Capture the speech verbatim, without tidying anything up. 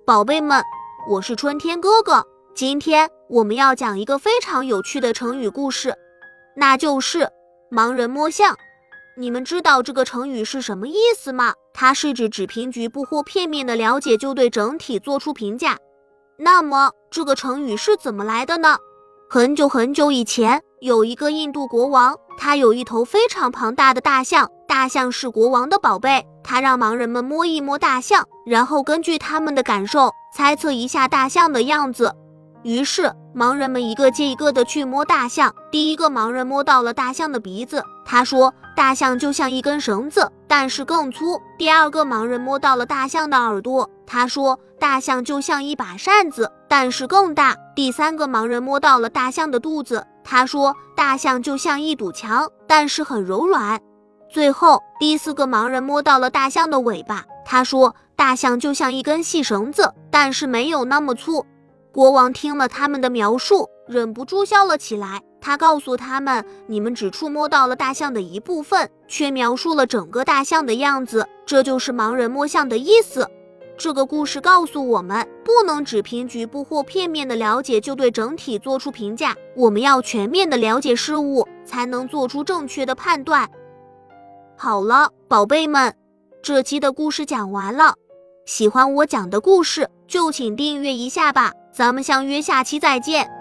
宝贝们，我是春天哥哥。今天我们要讲一个非常有趣的成语故事，那就是盲人摸象。你们知道这个成语是什么意思吗？它是指只凭局部或片面的了解就对整体做出评价。那么这个成语是怎么来的呢？很久很久以前，有一个印度国王，他有一头非常庞大的大象，大象是国王的宝贝，他让盲人们摸一摸大象，然后根据他们的感受猜测一下大象的样子。于是盲人们一个接一个的去摸大象，第一个盲人摸到了大象的鼻子，他说大象就像一根绳子，但是更粗。第二个盲人摸到了大象的耳朵，他说大象就像一把扇子，但是更大。第三个盲人摸到了大象的肚子，他说大象就像一堵墙，但是很柔软。最后第四个盲人摸到了大象的尾巴，他说大象就像一根细绳子，但是没有那么粗。国王听了他们的描述，忍不住笑了起来。他告诉他们，你们只触摸到了大象的一部分，却描述了整个大象的样子，这就是盲人摸象的意思。这个故事告诉我们，不能只凭局部或片面的了解就对整体做出评价，我们要全面的了解事物，才能做出正确的判断。好了，宝贝们，这期的故事讲完了。喜欢我讲的故事，就请订阅一下吧。咱们相约下期再见。